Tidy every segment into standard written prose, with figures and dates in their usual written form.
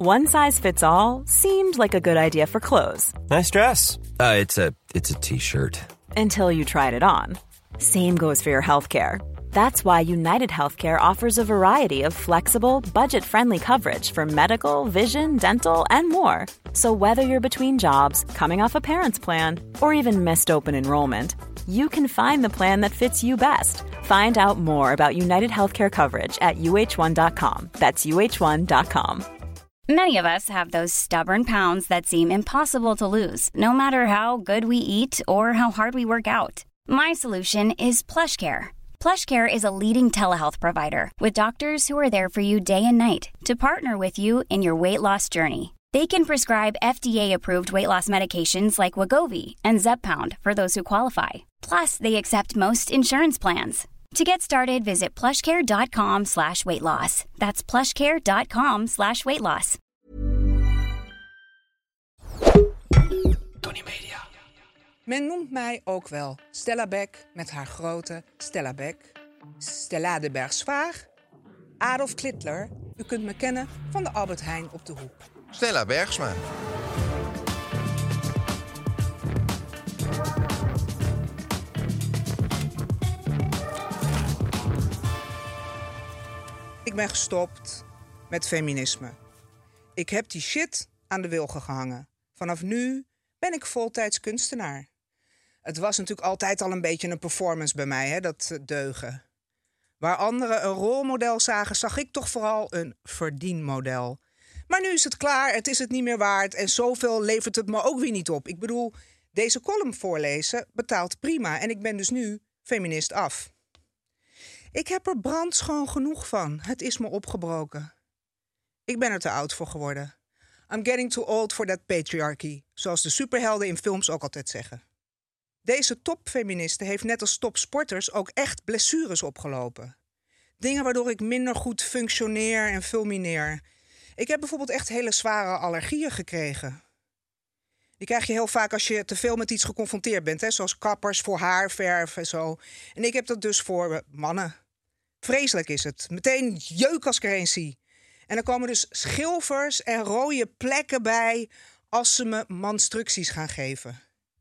One size fits all seemed like a good idea for clothes. Nice dress. It's a t-shirt. Until you tried it on. Same goes for your healthcare. That's why United Healthcare offers a variety of flexible, budget-friendly coverage for medical, vision, dental, and more. So whether you're between jobs, coming off a parent's plan, or even missed open enrollment, you can find the plan that fits you best. Find out more about United Healthcare coverage at uh1.com. That's uh1.com. Many of us have those stubborn pounds that seem impossible to lose, no matter how good we eat or how hard we work out. My solution is PlushCare. PlushCare is a leading telehealth provider with doctors who are there for you day and night to partner with you in your weight loss journey. They can prescribe FDA-approved weight loss medications like Wegovy and Zepbound for those who qualify. Plus, they accept most insurance plans. To get started, visit plushcare.com/weightloss. That's plushcare.com/weightloss. Tony Media. Men noemt mij ook wel Stella Beck met haar grote Stella Beck, Stella de Bergsvaag, Adolf Klittler. U kunt me kennen van de Albert Heijn op de hoek. Stella Bergsma. Ik ben gestopt met feminisme. Ik heb die shit aan de wilgen gehangen. Vanaf nu ben ik voltijds kunstenaar. Het was natuurlijk altijd al een beetje een performance bij mij, dat deugen. Waar anderen een rolmodel zagen, zag ik toch vooral een verdienmodel. Maar nu is het klaar, het is het niet meer waard en zoveel levert het me ook weer niet op. Ik bedoel, deze column voorlezen betaalt prima en ik ben dus nu feminist af. Ik heb er brandschoon genoeg van. Het is me opgebroken. Ik ben er te oud voor geworden. I'm getting too old for that patriarchy, zoals de superhelden in films ook altijd zeggen. Deze topfeministe heeft net als topsporters ook echt blessures opgelopen. Dingen waardoor ik minder goed functioneer en fulmineer. Ik heb bijvoorbeeld echt hele zware allergieën gekregen. Die krijg je heel vaak als je te veel met iets geconfronteerd bent, zoals kappers voor haarverf en zo. En ik heb dat dus voor mannen. Vreselijk is het. Meteen jeuk als ik er een zie. En er komen dus schilfers en rode plekken bij als ze me manstructies gaan geven.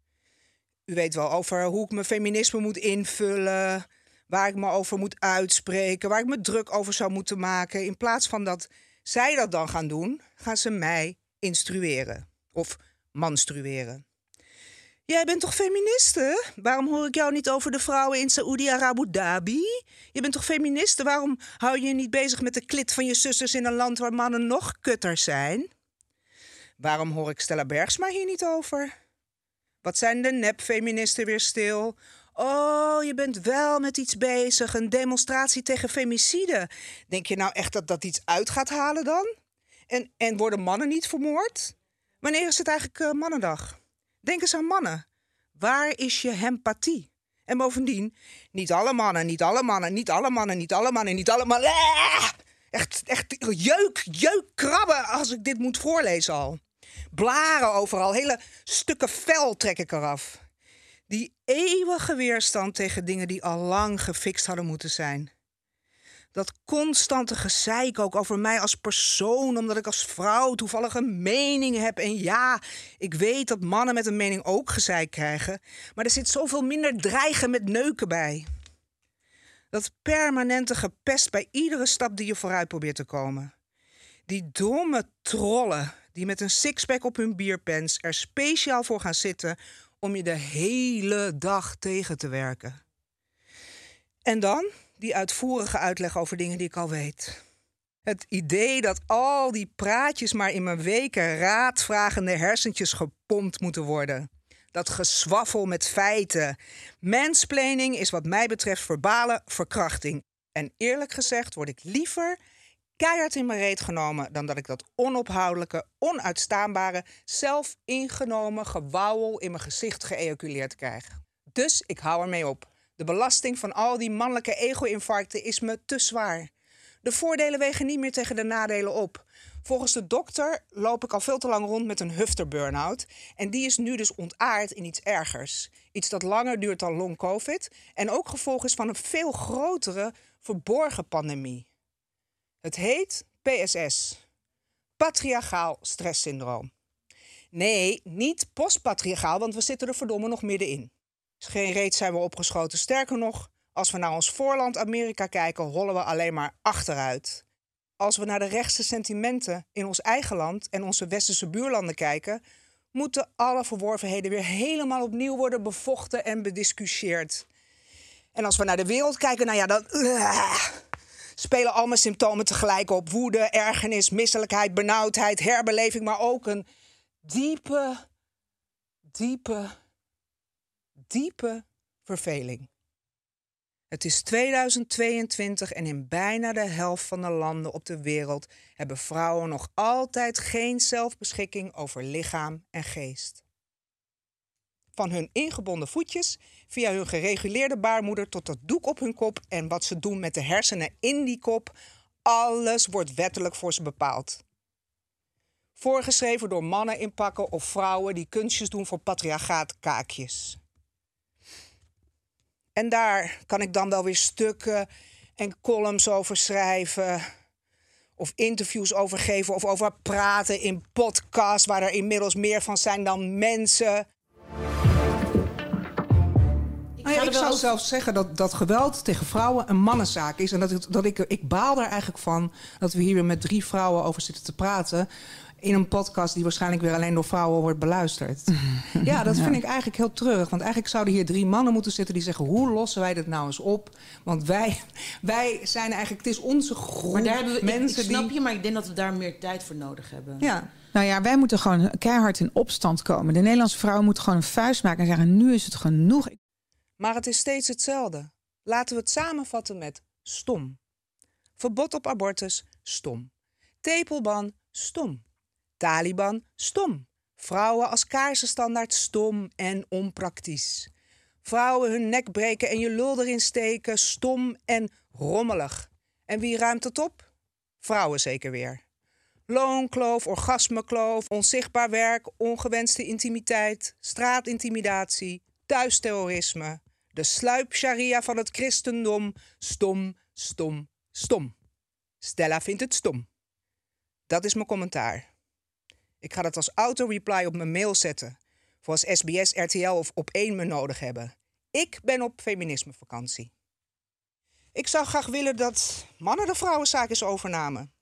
U weet wel over hoe ik mijn feminisme moet invullen, waar ik me over moet uitspreken, waar ik me druk over zou moeten maken. In plaats van dat zij dat dan gaan doen, gaan ze mij instrueren. Of manstrueren. Jij bent toch feministe? Waarom hoor ik jou niet over de vrouwen in Saoedi-Abu Dhabi? Je bent toch feministe? Waarom hou je je niet bezig met de klit van je zusters in een land waar mannen nog kutters zijn? Waarom hoor ik Stella Bergsma hier niet over? Wat zijn de nepfeministen weer stil? Oh, je bent wel met iets bezig, een demonstratie tegen femicide. Denk je nou echt dat dat iets uit gaat halen dan? En worden mannen niet vermoord? Wanneer is het eigenlijk Mannendag? Denk eens aan mannen. Waar is je empathie? En bovendien, niet alle mannen, niet alle mannen, niet alle mannen, niet alle mannen, niet alle mannen. Echt jeuk, krabben als ik dit moet voorlezen al. Blaren overal, hele stukken vel trek ik eraf. Die eeuwige weerstand tegen dingen die al lang gefixt hadden moeten zijn. Dat constante gezeik ook over mij als persoon, omdat ik als vrouw toevallig een mening heb. En ja, ik weet dat mannen met een mening ook gezeik krijgen. Maar er zit zoveel minder dreigen met neuken bij. Dat permanente gepest bij iedere stap die je vooruit probeert te komen. Die domme trollen die met een sixpack op hun bierpens er speciaal voor gaan zitten om je de hele dag tegen te werken. En dan die uitvoerige uitleg over dingen die ik al weet. Het idee dat al die praatjes maar in mijn weken raadvragende hersentjes gepompt moeten worden. Dat gezwaffel met feiten. Mansplaining is wat mij betreft verbale verkrachting. En eerlijk gezegd word ik liever keihard in mijn reet genomen dan dat ik dat onophoudelijke, onuitstaanbare, zelfingenomen gewauwel in mijn gezicht geëjaculeerd krijg. Dus ik hou ermee op. De belasting van al die mannelijke ego-infarcten is me te zwaar. De voordelen wegen niet meer tegen de nadelen op. Volgens de dokter loop ik al veel te lang rond met een hufter-burn-out. En die is nu dus ontaard in iets ergers. Iets dat langer duurt dan long-covid en ook gevolg is van een veel grotere, verborgen pandemie. Het heet PSS. patriarchaal stresssyndroom. Nee, niet postpatriarchaal, want we zitten er verdomme nog middenin. Dus geen reet zijn we opgeschoten. Sterker nog, als we naar ons voorland Amerika kijken, rollen we alleen maar achteruit. Als we naar de rechtse sentimenten in ons eigen land en onze westerse buurlanden kijken, moeten alle verworvenheden weer helemaal opnieuw worden bevochten en bediscussieerd. En als we naar de wereld kijken, nou ja, dan spelen al mijn symptomen tegelijk op. Woede, ergernis, misselijkheid, benauwdheid, herbeleving, maar ook een diepe verveling. Het is 2022 en in bijna de helft van de landen op de wereld hebben vrouwen nog altijd geen zelfbeschikking over lichaam en geest. Van hun ingebonden voetjes, via hun gereguleerde baarmoeder tot het doek op hun kop en wat ze doen met de hersenen in die kop, alles wordt wettelijk voor ze bepaald. Voorgeschreven door mannen in pakken of vrouwen die kunstjes doen voor patriarchaatkaakjes. En daar kan ik dan wel weer stukken en columns over schrijven. Of interviews over geven of over praten in podcasts waar er inmiddels meer van zijn dan mensen. Ik zou zelfs zeggen dat geweld tegen vrouwen een mannenzaak is. En ik baal er eigenlijk van dat we hier weer met 3 vrouwen over zitten te praten in een podcast die waarschijnlijk weer alleen door vrouwen wordt beluisterd. Ja, dat vind ik eigenlijk heel treurig. Want eigenlijk zouden hier 3 mannen moeten zitten die zeggen, hoe lossen wij dit nou eens op? Want wij zijn eigenlijk, het is onze groep maar daar hebben we, mensen ik snap je, maar ik denk dat we daar meer tijd voor nodig hebben. Ja. Nou ja, wij moeten gewoon keihard in opstand komen. De Nederlandse vrouwen moeten gewoon een vuist maken en zeggen, nu is het genoeg. Maar het is steeds hetzelfde. Laten we het samenvatten met stom. Verbod op abortus, stom. Tepelban, stom. Taliban, stom. Vrouwen als kaarsenstandaard, stom en onpraktisch. Vrouwen hun nek breken en je lul erin steken, stom en rommelig. En wie ruimt het op? Vrouwen zeker weer. Loonkloof, orgasmekloof, onzichtbaar werk, ongewenste intimiteit, straatintimidatie, thuisterrorisme, de sluipsharia van het christendom, stom, stom, stom. Stella vindt het stom. Dat is mijn commentaar. Ik ga dat als auto-reply op mijn mail zetten, voor als SBS, RTL of Op1 me nodig hebben. Ik ben op feminismevakantie. Ik zou graag willen dat mannen de vrouwenzaak eens overnamen.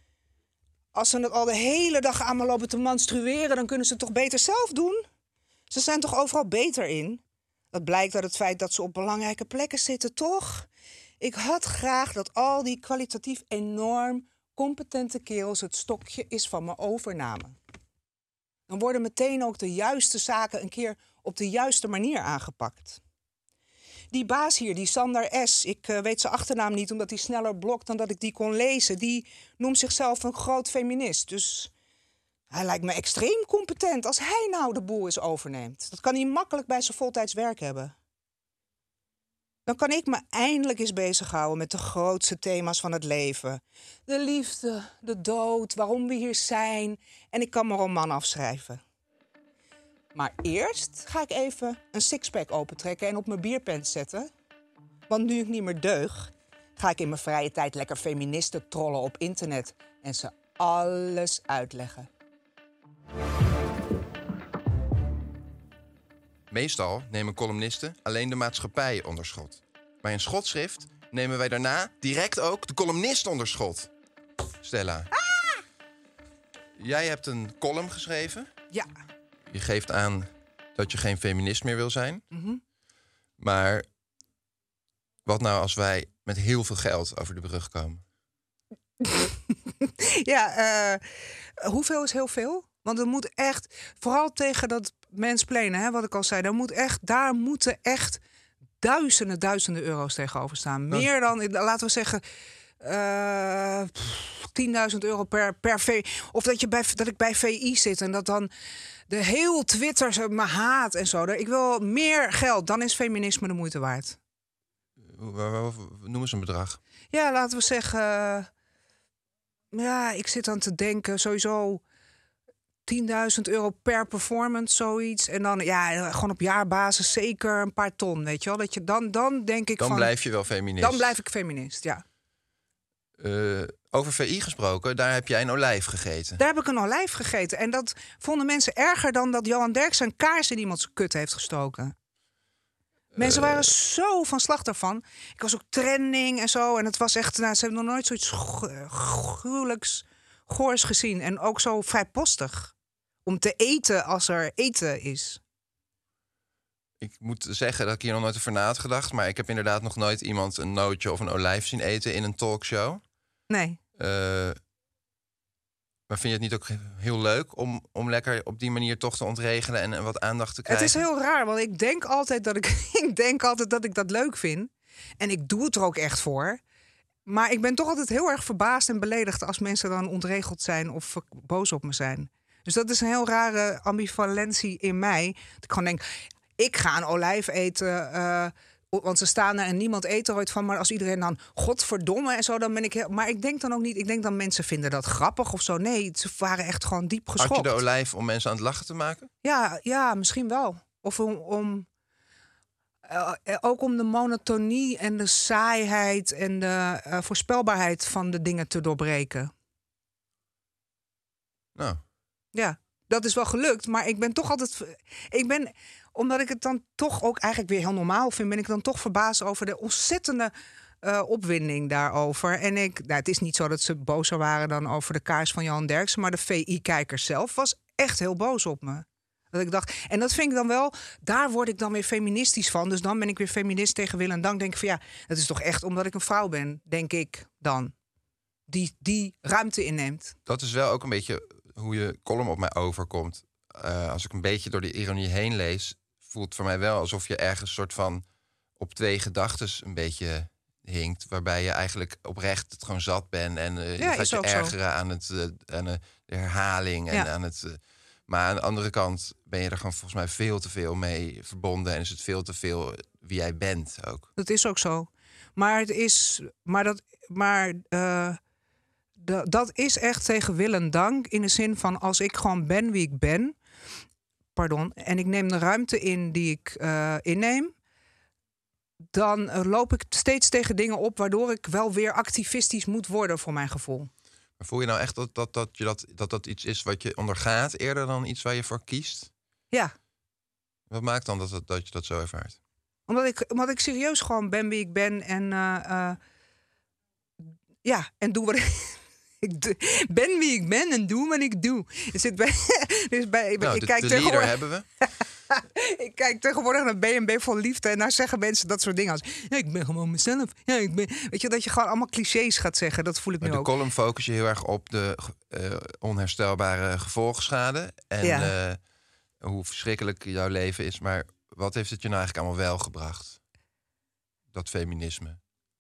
Als ze het al de hele dag aan me lopen te menstrueren, dan kunnen ze het toch beter zelf doen? Ze zijn toch overal beter in? Dat blijkt uit het feit dat ze op belangrijke plekken zitten, toch? Ik had graag dat al die kwalitatief enorm competente kerels het stokje is van me overnamen. Dan worden meteen ook de juiste zaken een keer op de juiste manier aangepakt. Die baas hier, die Sander S., ik weet zijn achternaam niet omdat hij sneller blokt dan dat ik die kon lezen, die noemt zichzelf een groot feminist. Dus hij lijkt me extreem competent als hij nou de boel eens overneemt. Dat kan hij makkelijk bij zijn voltijds werk hebben. Dan kan ik me eindelijk eens bezighouden met de grootste thema's van het leven. De liefde, de dood, waarom we hier zijn. En ik kan mijn roman afschrijven. Maar eerst ga ik even een sixpack opentrekken en op mijn bierpent zetten. Want nu ik niet meer deug, ga ik in mijn vrije tijd lekker feministen trollen op internet en ze alles uitleggen. Meestal nemen columnisten alleen de maatschappij onder schot. Bij een schotschrift nemen wij daarna direct ook de columnist onder schot. Stella, jij hebt een column geschreven. Ja. Je geeft aan dat je geen feminist meer wil zijn. Mm-hmm. Maar wat nou als wij met heel veel geld over de brug komen? Ja, hoeveel is heel veel? Want er moet echt, vooral tegen dat mansplainen, hè, wat ik al zei, daar moeten echt duizenden euro's tegenover staan. Meer dan, laten we zeggen, 10.000 euro per VI. Of dat ik bij VI zit en dat dan de heel Twitter me haat en zo. Ik wil meer geld, dan is feminisme de moeite waard. Noem eens een bedrag. Ja, laten we zeggen, ja, ik zit aan te denken, sowieso 10.000 euro per performance, zoiets. En dan, ja, gewoon op jaarbasis zeker een paar ton, weet je wel. Dat je dan denk ik dan van, blijf je wel feminist. Dan blijf ik feminist, ja. Over VI gesproken, daar heb jij een olijf gegeten. Daar heb ik een olijf gegeten. En dat vonden mensen erger dan dat Johan Derksen een kaars in iemands kut heeft gestoken. Mensen waren zo van slag daarvan. Ik was ook trending en zo. En het was echt, ze hebben nog nooit zoiets gruwelijks goors gezien. En ook zo vrijpostig. Om te eten als er eten is. Ik moet zeggen dat ik hier nog nooit over na had gedacht. Maar ik heb inderdaad nog nooit iemand een nootje of een olijf zien eten in een talkshow. Nee. Maar vind je het niet ook heel leuk om lekker op die manier toch te ontregelen en wat aandacht te krijgen? Het is heel raar, want ik denk altijd dat ik dat leuk vind. En ik doe het er ook echt voor. Maar ik ben toch altijd heel erg verbaasd en beledigd als mensen dan ontregeld zijn of boos op me zijn. Dus dat is een heel rare ambivalentie in mij. Dat ik gewoon denk, ik ga een olijf eten, want ze staan er en niemand eet er ooit van. Maar als iedereen dan godverdomme en zo, dan ben ik heel... Maar ik denk dan ook niet, ik denk dan mensen vinden dat grappig of zo. Nee, ze waren echt gewoon diep geschokt. Had je de olijf om mensen aan het lachen te maken? Ja, misschien wel. Of ook om de monotonie en de saaiheid en de voorspelbaarheid van de dingen te doorbreken. Nou. Ja, dat is wel gelukt, maar ik ben toch altijd... Omdat ik het dan toch ook eigenlijk weer heel normaal vind, ben ik dan toch verbaasd over de ontzettende opwinding daarover. En het is niet zo dat ze bozer waren dan over de kaars van Johan Derksen, maar de VI-kijker zelf was echt heel boos op me. Dat ik dacht, en dat vind ik dan wel, daar word ik dan weer feministisch van. Dus dan ben ik weer feminist tegen wil en dank. Denk ik van dat is toch echt omdat ik een vrouw ben, denk ik dan. Die ruimte inneemt. Dat is wel ook een beetje hoe je column op mij overkomt. Als ik een beetje door de ironie heen lees, voelt het voor mij wel alsof je ergens soort van op twee gedachtes een beetje hinkt, waarbij je eigenlijk oprecht het gewoon zat bent en je gaat je ergeren aan de herhaling en aan het. Maar aan de andere kant ben je er gewoon volgens mij veel te veel mee verbonden en is het veel te veel wie jij bent ook. Dat is ook zo. Dat is echt tegen wil en dank. In de zin van als ik gewoon ben wie ik ben. En ik neem de ruimte in die ik inneem. Dan loop ik steeds tegen dingen op waardoor ik wel weer activistisch moet worden voor mijn gevoel. Maar voel je nou echt dat iets is wat je ondergaat eerder dan iets waar je voor kiest? Ja. Wat maakt dan dat je dat zo ervaart? Omdat ik serieus gewoon ben wie ik ben en en doe wat ik ben wie ik ben en doe wat ik doe. Leader hebben we. Ik kijk tegenwoordig naar B&B Vol Liefde en daar zeggen mensen dat soort dingen als ik ben gewoon mezelf. Weet je, dat je gewoon allemaal clichés gaat zeggen. Dat voel ik nu ook. De column focus je heel erg op de onherstelbare gevolgschade en hoe verschrikkelijk jouw leven is. Maar wat heeft het je nou eigenlijk allemaal wel gebracht? Dat feminisme.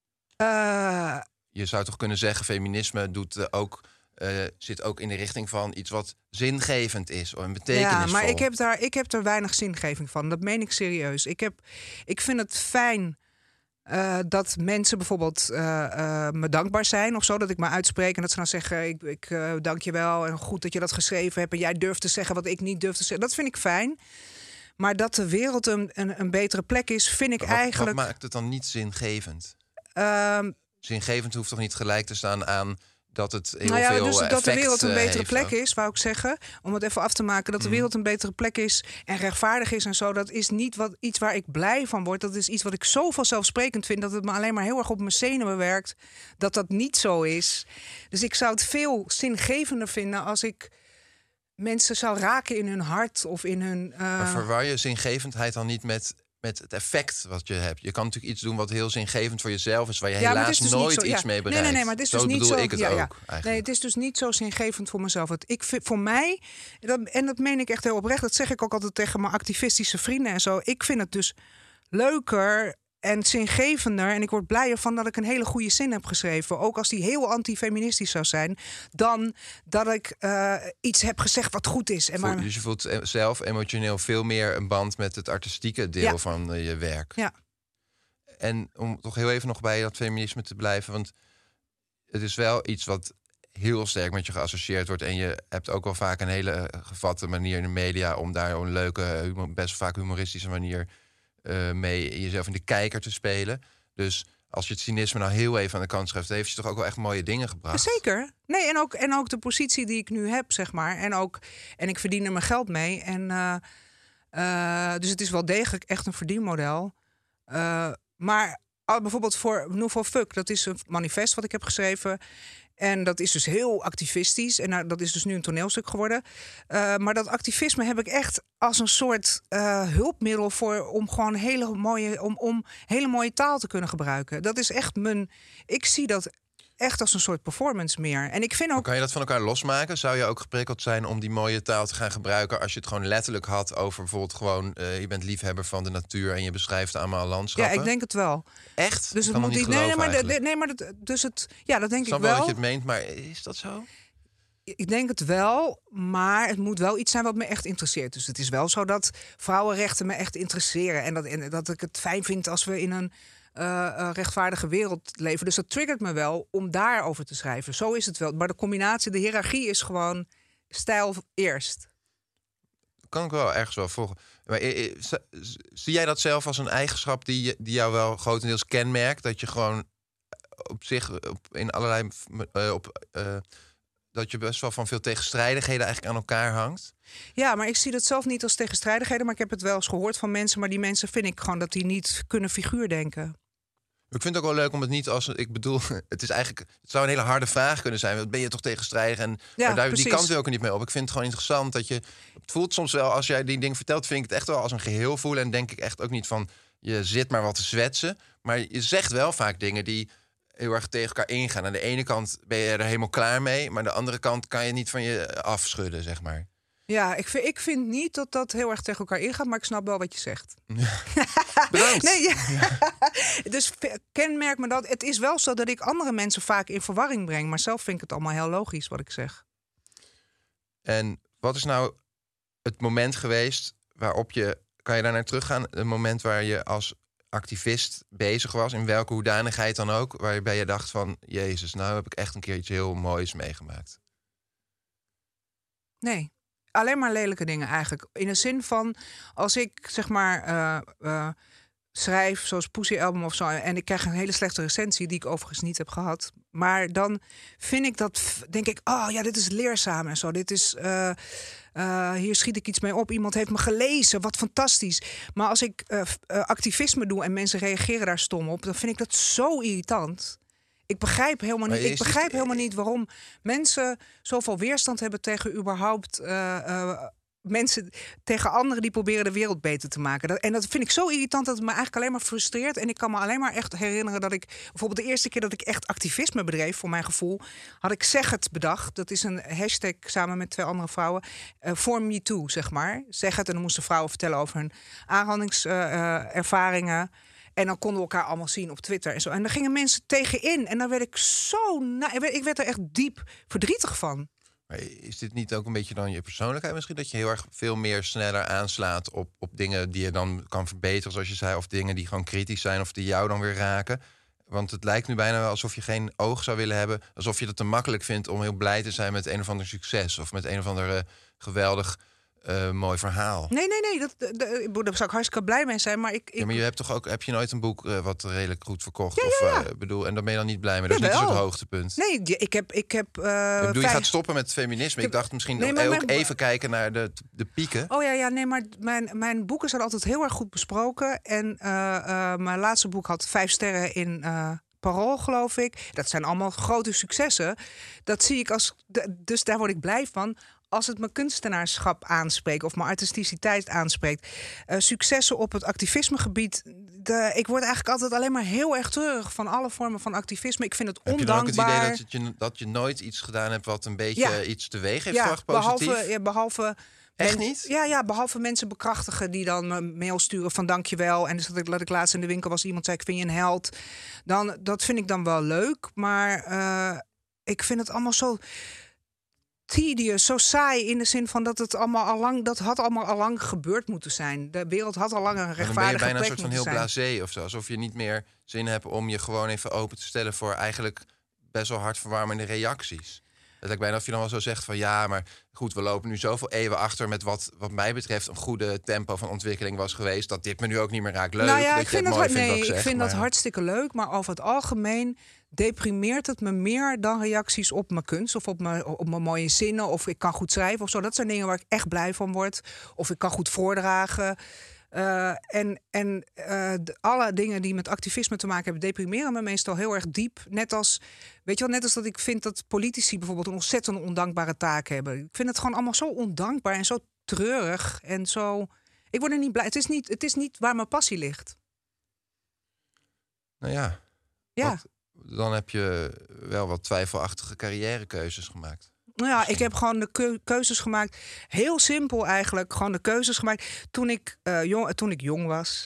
Je zou toch kunnen zeggen, feminisme zit ook in de richting van iets wat zingevend is en betekenisvol. Ja, maar ik heb er weinig zingeving van. Dat meen ik serieus. Ik vind het fijn dat mensen bijvoorbeeld me dankbaar zijn of zo. Dat ik me uitspreek en dat ze dan zeggen, ik dank je wel en goed dat je dat geschreven hebt en jij durft te zeggen wat ik niet durf te zeggen. Dat vind ik fijn. Maar dat de wereld een betere plek is, vind ik eigenlijk... Wat maakt het dan niet zingevend? Zingevend hoeft toch niet gelijk te staan aan dat het heel veel dus dat de wereld een betere plek ook. is, wou ik zeggen. Om het even af te maken, dat de wereld een betere plek is en rechtvaardig is en zo. Dat is niet iets waar ik blij van word. Dat is iets wat ik zo vanzelfsprekend vind dat het me alleen maar heel erg op mijn zenuwen werkt. Dat niet zo is. Dus ik zou het veel zingevender vinden als ik mensen zou raken in hun hart of in hun... Maar verwar je zingevendheid dan niet met het effect wat je hebt? Je kan natuurlijk iets doen wat heel zingevend voor jezelf is, waar je helaas dus nooit iets mee bereikt. Nee, maar het is dus niet zo. Nee, het is dus niet zo zingevend voor mezelf. Voor mij, en dat meen ik echt heel oprecht, dat zeg ik ook altijd tegen mijn activistische vrienden en zo. Ik vind het dus leuker en zingevender. En ik word blijer van dat ik een hele goede zin heb geschreven. Ook als die heel antifeministisch zou zijn. Dan dat ik iets heb gezegd wat goed is. Dus je voelt zelf emotioneel veel meer een band met het artistieke deel van je werk. Ja. En om toch heel even nog bij dat feminisme te blijven. Want het is wel iets wat heel sterk met je geassocieerd wordt. En je hebt ook wel vaak een hele gevatte manier in de media om daar een leuke, best vaak humoristische manier mee jezelf in de kijker te spelen. Dus als je het cynisme nou heel even aan de kant schrijft, heeft je toch ook wel echt mooie dingen gebracht. Zeker. Nee, en ook de positie die ik nu heb, zeg maar. En ik verdien er mijn geld mee. Dus het is wel degelijk echt een verdienmodel. Maar bijvoorbeeld voor Nouveau Fuck, dat is een manifest wat ik heb geschreven. En dat is dus heel activistisch. En dat is dus nu een toneelstuk geworden. Maar dat activisme heb ik echt als een soort hulpmiddel om gewoon hele mooie taal te kunnen gebruiken. Dat is echt ik zie dat echt als een soort performance meer. En ik vind ook... Maar kan je dat van elkaar losmaken? Zou je ook geprikkeld zijn om die mooie taal te gaan gebruiken als je het gewoon letterlijk had over bijvoorbeeld gewoon je bent liefhebber van de natuur en je beschrijft allemaal landschappen? Ja, ik denk het wel. Echt? Dus ik het kan moet niet niet. Dat denk ik wel. wel. Dat je het meent, maar is dat zo? Ik denk het wel, maar het moet wel iets zijn wat me echt interesseert. Dus het is wel zo dat vrouwenrechten me echt interesseren. En dat ik het fijn vind als we in een rechtvaardige wereld leven. Dus dat triggert me wel om daarover te schrijven. Zo is het wel. Maar de combinatie, de hiërarchie is gewoon stijl eerst. Kan ik wel ergens wel volgen. Maar zie jij dat zelf als een eigenschap die jou wel grotendeels kenmerkt? Dat je gewoon op zich in allerlei... dat je best wel van veel tegenstrijdigheden eigenlijk aan elkaar hangt? Ja, maar ik zie dat zelf niet als tegenstrijdigheden. Maar ik heb het wel eens gehoord van mensen. Maar die mensen vind ik gewoon dat die niet kunnen figuurdenken. Ik vind het ook wel leuk om het niet als... Ik bedoel, het zou een hele harde vraag kunnen zijn. Wat ben je toch tegenstrijdig? Maar die kant wil ik er niet mee op. Ik vind het gewoon interessant dat je... Het voelt soms wel, als jij die dingen vertelt, vind ik het echt wel als een geheel voelen. En denk ik echt ook niet van, je zit maar wat te zwetsen. Maar je zegt wel vaak dingen die heel erg tegen elkaar ingaan. Aan de ene kant ben je er helemaal klaar mee. Maar aan de andere kant kan je niet van je afschudden, zeg maar. Ja, ik vind niet dat dat heel erg tegen elkaar ingaat, maar ik snap wel wat je zegt. Ja. Bedankt. Nee, ja. Dus kenmerk me dat. Het is wel zo dat ik andere mensen vaak in verwarring breng, maar zelf vind ik het allemaal heel logisch wat ik zeg. En wat is nou het moment geweest waarop kan je daar naar teruggaan? Een moment waar je als activist bezig was, in welke hoedanigheid dan ook, waarbij je dacht van, Jezus, nou heb ik echt een keer iets heel moois meegemaakt. Nee. Alleen maar lelijke dingen eigenlijk. In de zin van, als ik zeg maar schrijf, zoals Pussy Album of zo, en ik krijg een hele slechte recensie, die ik overigens niet heb gehad. Maar dan denk ik, oh ja, dit is leerzaam en zo. Dit is, hier schiet ik iets mee op. Iemand heeft me gelezen, wat fantastisch. Maar als ik activisme doe en mensen reageren daar stom op, dan vind ik dat zo irritant. Ik begrijp helemaal niet waarom mensen zoveel weerstand hebben tegen überhaupt mensen, tegen anderen die proberen de wereld beter te maken. En dat vind ik zo irritant dat het me eigenlijk alleen maar frustreert. En ik kan me alleen maar echt herinneren dat ik bijvoorbeeld de eerste keer dat ik echt activisme bedreef, voor mijn gevoel, had ik Zeg Het bedacht. Dat is een hashtag samen met 2 andere vrouwen. For Me Too, zeg maar. Zeg Het. En dan moesten vrouwen vertellen over hun aanrandingservaringen. En dan konden we elkaar allemaal zien op Twitter en zo. En daar gingen mensen tegenin. En dan werd ik ik werd er echt diep verdrietig van. Maar is dit niet ook een beetje dan je persoonlijkheid misschien? Dat je heel erg veel meer sneller aanslaat op dingen die je dan kan verbeteren, zoals je zei. Of dingen die gewoon kritisch zijn of die jou dan weer raken. Want het lijkt nu bijna wel alsof je geen oog zou willen hebben. Alsof je het te makkelijk vindt om heel blij te zijn met een of ander succes. Of met een of ander geweldig mooi verhaal. Nee. Daar zou ik hartstikke blij mee zijn. Maar Ja, maar je hebt toch ook, heb je nooit een boek wat redelijk goed verkocht? Ja. En dan ben je dan niet blij mee. Dat is niet een soort hoogtepunt. Nee, ik heb je gaat stoppen met feminisme. Ik dacht misschien even kijken naar de pieken. Oh ja, nee, maar mijn boeken zijn altijd heel erg goed besproken. En mijn laatste boek had 5 sterren in Parool, geloof ik. Dat zijn allemaal grote successen. Dat zie ik dus daar word ik blij van. Als het mijn kunstenaarschap aanspreekt of mijn artisticiteit aanspreekt. Successen op het activismegebied. Ik word eigenlijk altijd alleen maar heel erg treurig van alle vormen van activisme. Ik vind het ondankbaar. Heb je dan ook het idee dat je nooit iets gedaan hebt wat een beetje iets teweeg heeft gebracht, positief? Behalve echt niet? Ja, behalve mensen bekrachtigen die dan me mail sturen van dankjewel. En dus dat ik laatst in de winkel was, iemand zei ik vind je een held. Dat vind ik dan wel leuk. Maar ik vind het allemaal zo tedious, zo saai in de zin van dat het allemaal had allemaal al lang gebeurd moeten zijn. De wereld had al lang een rechtvaardige plek moeten zijn. Dan ben je bijna een soort van heel blasé of zo. Alsof je niet meer zin hebt om je gewoon even open te stellen voor eigenlijk best wel hartverwarmende reacties. Het lijkt bijna of je dan wel zo zegt van ja, maar goed, we lopen nu zoveel eeuwen achter met wat mij betreft een goede tempo van ontwikkeling was geweest, dat dit me nu ook niet meer raakt. Leuk Nou ja, dat je het mooi vindt wat ik zeg. Ik vind dat hartstikke leuk, maar over het algemeen deprimeert het me meer dan reacties op mijn kunst of op mijn mooie zinnen of ik kan goed schrijven of zo. Dat zijn dingen waar ik echt blij van word. Of ik kan goed voordragen. Alle dingen die met activisme te maken hebben, deprimeren me meestal heel erg diep. Net als dat ik vind dat politici bijvoorbeeld een ontzettend ondankbare taak hebben. Ik vind het gewoon allemaal zo ondankbaar en zo treurig en zo. Ik word er niet blij. Het is niet waar mijn passie ligt. Nou ja. Ja. Dan heb je wel wat twijfelachtige carrièrekeuzes gemaakt. Nou ja, ik heb gewoon de keuzes gemaakt. Heel simpel eigenlijk. Gewoon de keuzes gemaakt. Toen ik jong was.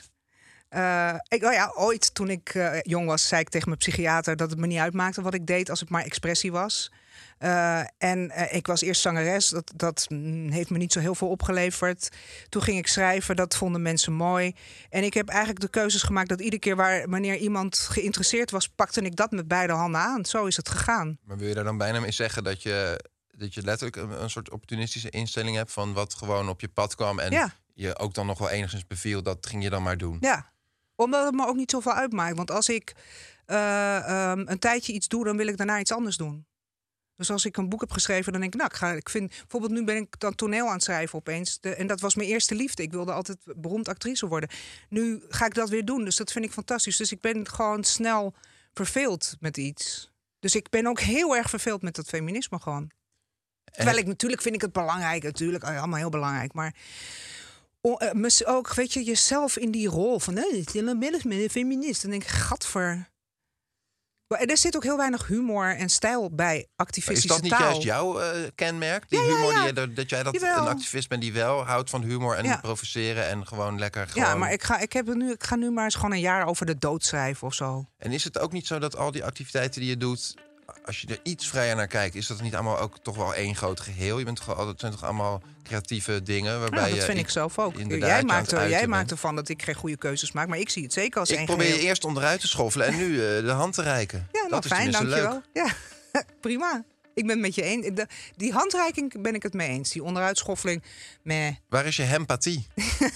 Ooit toen ik jong was, zei ik tegen mijn psychiater dat het me niet uitmaakte wat ik deed als het maar expressie was. Ik was eerst zangeres. Dat heeft me niet zo heel veel opgeleverd. Toen ging ik schrijven. Dat vonden mensen mooi. En ik heb eigenlijk de keuzes gemaakt dat iedere keer wanneer iemand geïnteresseerd was, pakte ik dat met beide handen aan. Zo is het gegaan. Maar wil je daar dan bijna mee zeggen dat je letterlijk een soort opportunistische instelling hebt van wat gewoon op je pad kwam en je ook dan nog wel enigszins beviel, dat ging je dan maar doen? Ja, omdat het me ook niet zoveel uitmaakt. Want als ik een tijdje iets doe, dan wil ik daarna iets anders doen. Dus als ik een boek heb geschreven, dan denk ik, bijvoorbeeld nu ben ik dan toneel aan het schrijven opeens. En dat was mijn eerste liefde. Ik wilde altijd beroemd actrice worden. Nu ga ik dat weer doen, dus dat vind ik fantastisch. Dus ik ben gewoon snel verveeld met iets. Dus ik ben ook heel erg verveeld met dat feminisme gewoon. Terwijl natuurlijk vind ik het belangrijk, natuurlijk allemaal heel belangrijk, maar ook, weet je, jezelf in die rol van ik ben een feminist. Dan denk ik, gadver. Er zit ook heel weinig humor en stijl bij activistische taal. Is dat niet juist jouw kenmerk? Die humor, dat jij een activist bent die wel houdt van humor en provoceren en gewoon lekker gewoon... Ja, maar ik ga nu maar eens gewoon een jaar over de dood schrijven of zo. En is het ook niet zo dat al die activiteiten die je doet, als je er iets vrijer naar kijkt, is dat niet allemaal ook toch wel één groot geheel? Het zijn toch allemaal creatieve dingen waarbij dat vind ik zelf ook. Jij maakt ervan dat ik geen goede keuzes maak, maar ik zie het zeker als één geheel. Ik probeer je eerst onderuit te schoffelen en nu de hand te reiken. Ja, dat is fijn, dankjewel. Ja, prima. Ik ben het met je eens. Die handreiking ben ik het mee eens. Die onderuitschoffeling, meh. Waar is je empathie?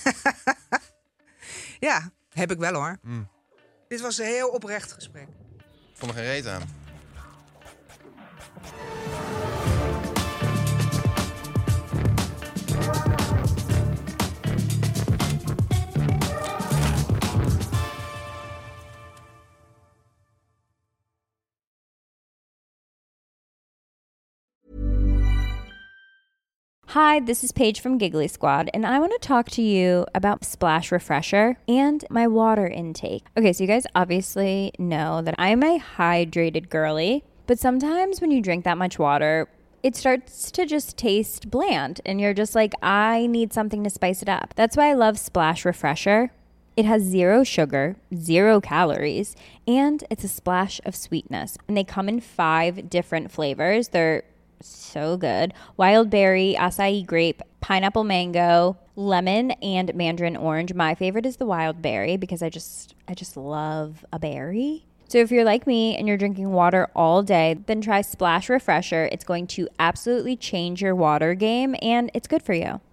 Ja, heb ik wel hoor. Dit was een heel oprecht gesprek. Ik vond er geen reet aan. Hi, this is Paige from Giggly Squad, and I want to talk to you about Splash Refresher and my water intake. Okay, so you guys obviously know that I'm a hydrated girly, but sometimes when you drink that much water, it starts to just taste bland, and you're just like, I need something to spice it up. That's why I love Splash Refresher. It has 0 sugar, 0 calories, and it's a splash of sweetness. And they come in 5 different flavors. They're so good. Wild berry, acai grape, pineapple mango, lemon, and mandarin orange. My favorite is the wild berry because I just love a berry. So if you're like me and you're drinking water all day, then try Splash Refresher. It's going to absolutely change your water game and it's good for you.